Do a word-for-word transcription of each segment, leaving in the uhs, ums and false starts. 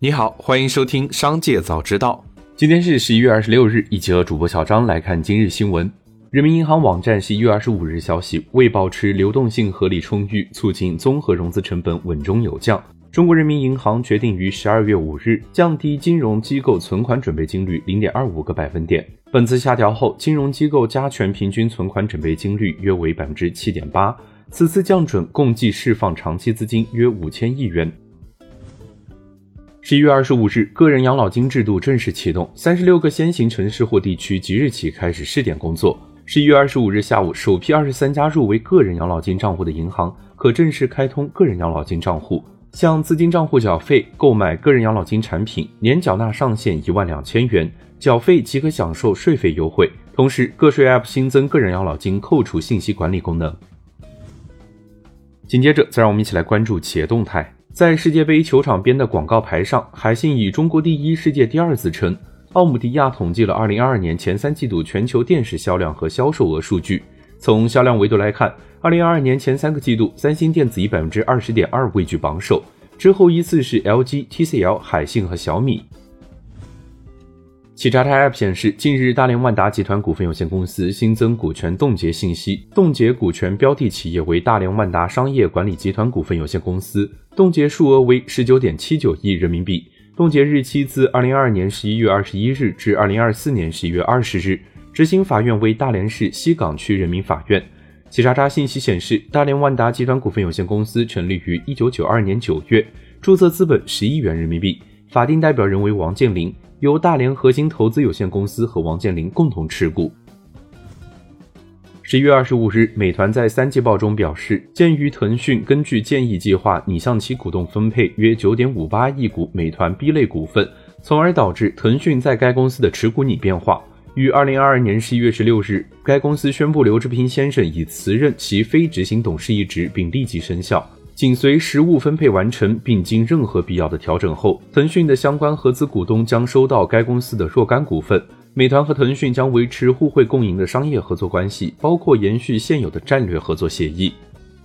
你好，欢迎收听商界早知道。今天是十一月二十六日，一起和主播小张来看今日新闻。人民银行网站十一月二十五日消息，为保持流动性合理充裕，促进综合融资成本稳中有降，中国人民银行决定于十二月五日降低金融机构存款准备金率 零点二五个百分点。本次下调后，金融机构加权平均存款准备金率约为 百分之七点八， 此次降准共计释放长期资金约五千亿元。十一月二十五日，个人养老金制度正式启动，三十六个先行城市或地区即日起开始试点工作。十一月二十五日下午，首批二十三家入围个人养老金账户的银行可正式开通个人养老金账户，向资金账户缴费购买个人养老金产品，年缴纳上限一万两千元，缴费即可享受税费优惠。同时，个税 App 新增个人养老金扣除信息管理功能。紧接着，再让我们一起来关注企业动态。在世界杯球场边的广告牌上，海信以中国第一、世界第二自称。奥姆迪亚统计了二零二二年前三季度全球电视销量和销售额数据。从销量维度来看，二零二二年前三个季度，三星电子以 百分之二十点二 位居榜首，之后依次是 L G、T C L、海信和小米。企查查 App 显示，近日大连万达集团股份有限公司新增股权冻结信息，冻结股权标的企业为大连万达商业管理集团股份有限公司，冻结数额为 十九点七九亿人民币，冻结日期自二零二二年十一月二十一日至二零二四年十一月二十日，执行法院为大连市西岗区人民法院。企查查信息显示，大连万达集团股份有限公司成立于一九九二年九月，注册资本十亿元人民币，法定代表人为王健林，由大连核心投资有限公司和王健林共同持股。十一月二十五日，美团在三季报中表示，鉴于腾讯根据建议计划拟向其股东分配约 九点五八亿股美团 B 类股份，从而导致腾讯在该公司的持股拟变化。于二零二二年十一月十六日，该公司宣布刘志平先生已辞任其非执行董事一职，并立即生效。紧随实物分配完成并经任何必要的调整后，腾讯的相关合资股东将收到该公司的若干股份。美团和腾讯将维持互惠共赢的商业合作关系，包括延续现有的战略合作协议。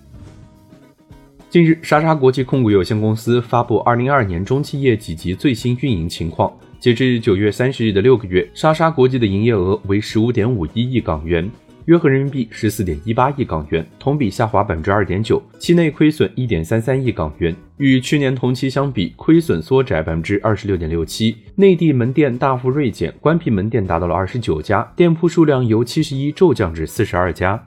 近日，莎莎国际控股有限公司发布二零二二年中期业绩及最新运营情况。截至九月三十日的六个月，莎莎国际的营业额为 十五点五一亿港元，约合人民币 十四点一八亿港元，同比下滑 百分之二点九， 期内亏损 一点三三亿港元，与去年同期相比，亏损缩窄 百分之二十六点六七。 内地门店大幅锐减，关闭门店达到了二十九家，店铺数量由七十一骤降至四十二家。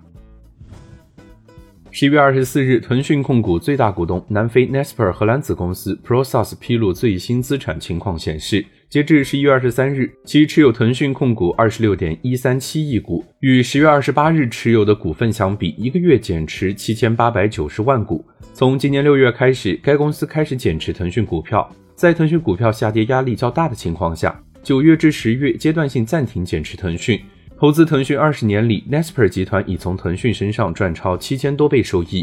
十一月二十四日，腾讯控股最大股东南非 Naspers 荷兰子公司 Prosus 披露最新资产情况显示，截至十一月二十三日，其持有腾讯控股 二十六点一三七亿股，与十月二十八日持有的股份相比，一个月减持七千八百九十万股。从今年六月开始，该公司开始减持腾讯股票，在腾讯股票下跌压力较大的情况下，九月至十月阶段性暂停减持腾讯。投资腾讯二十年里 Naspers 集团已从腾讯身上赚超七千多倍收益。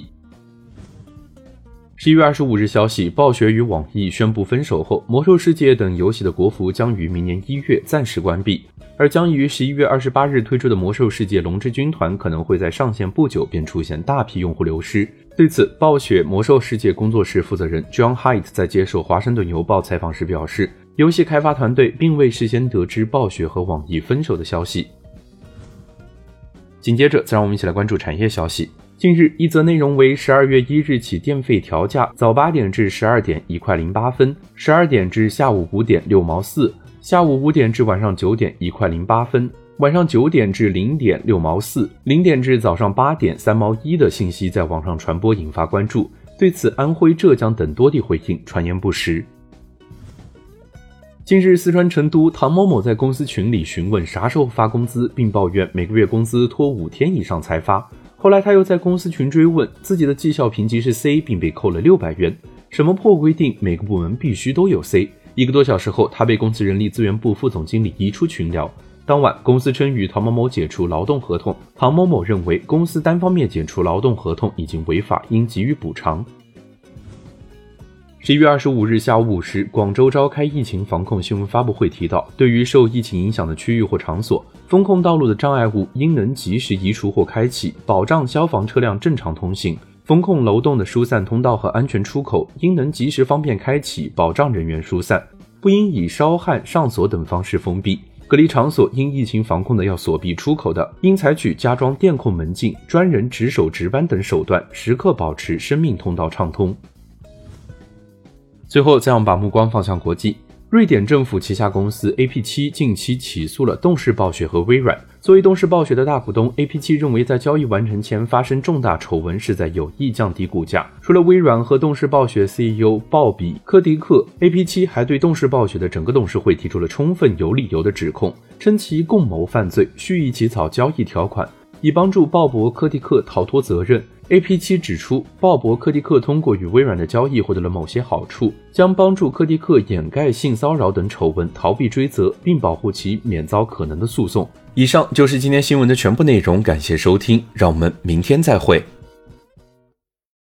十一月二十五日消息，暴雪与网易宣布分手后，魔兽世界等游戏的国服将于明年一月暂时关闭，而将于十一月二十八日推出的魔兽世界龙之军团可能会在上线不久便出现大批用户流失。对此，暴雪魔兽世界工作室负责人 John Haidt 在接受华盛顿邮报采访时表示，游戏开发团队并未事先得知暴雪和网易分手的消息。紧接着，再让我们一起来关注产业消息。近日，一则内容为十二月一日起电费调价，早八点至十二点一块零八分，十二点至下午五点六毛四，下午五点至晚上九点一块零八分，晚上九点至零点六毛四，零点至早上八点三毛一的信息在网上传播，引发关注。对此，安徽、浙江等多地回应传言不实。近日，四川成都，唐某某在公司群里询问啥时候发工资，并抱怨每个月工资拖五天以上才发。后来他又在公司群追问自己的绩效评级是 C， 并被扣了六百元。什么破规定，每个部门必须都有 C？ 一个多小时后，他被公司人力资源部副总经理移出群聊。当晚，公司称与唐某某解除劳动合同，唐某某认为公司单方面解除劳动合同已经违法，应给予补偿。十一月二十五日下午五时，广州召开疫情防控新闻发布会，提到，对于受疫情影响的区域或场所，封控道路的障碍物应能及时移除或开启，保障消防车辆正常通行。封控楼栋的疏散通道和安全出口应能及时方便开启，保障人员疏散。 不应以烧焊、上锁等方式封闭。隔离场所因疫情防控的要锁闭出口的，应采取加装电控门禁、专人值守值班等手段，时刻保持生命通道畅通。最后，再让我们把目光放向国际。瑞典政府旗下公司 A P 七 近期起诉了动视暴雪和微软。作为动视暴雪的大股东 ，A P 七 认为在交易完成前发生重大丑闻是在有意降低股价。除了微软和动视暴雪 C E O 鲍比·柯迪克 ，A P 七 还对动视暴雪的整个董事会提出了充分有理由的指控，称其共谋犯罪，蓄意起草交易条款，以帮助鲍勃·柯迪克逃脱责任。A P 七 指出，鲍勃·柯迪克通过与微软的交易获得了某些好处，将帮助柯迪克掩盖性骚扰等丑闻，逃避追责，并保护其免遭可能的诉讼。以上就是今天新闻的全部内容，感谢收听，让我们明天再会。